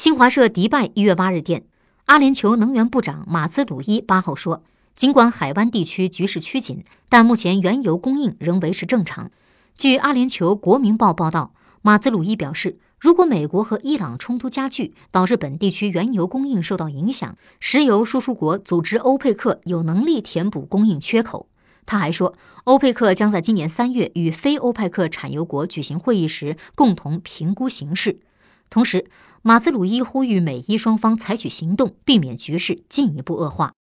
新华社迪拜1月8日电，阿联酋能源部长马兹鲁伊8号说，尽管海湾地区局势趋紧，但目前原油供应仍维持正常。据阿联酋国民报报道，马兹鲁伊表示，如果美国和伊朗冲突加剧，导致本地区原油供应受到影响，石油输出国组织欧佩克有能力填补供应缺口。他还说，欧佩克将在今年3月与非欧佩克产油国举行会议时共同评估形势。同时，马兹鲁伊呼吁美伊双方采取行动，避免局势进一步恶化。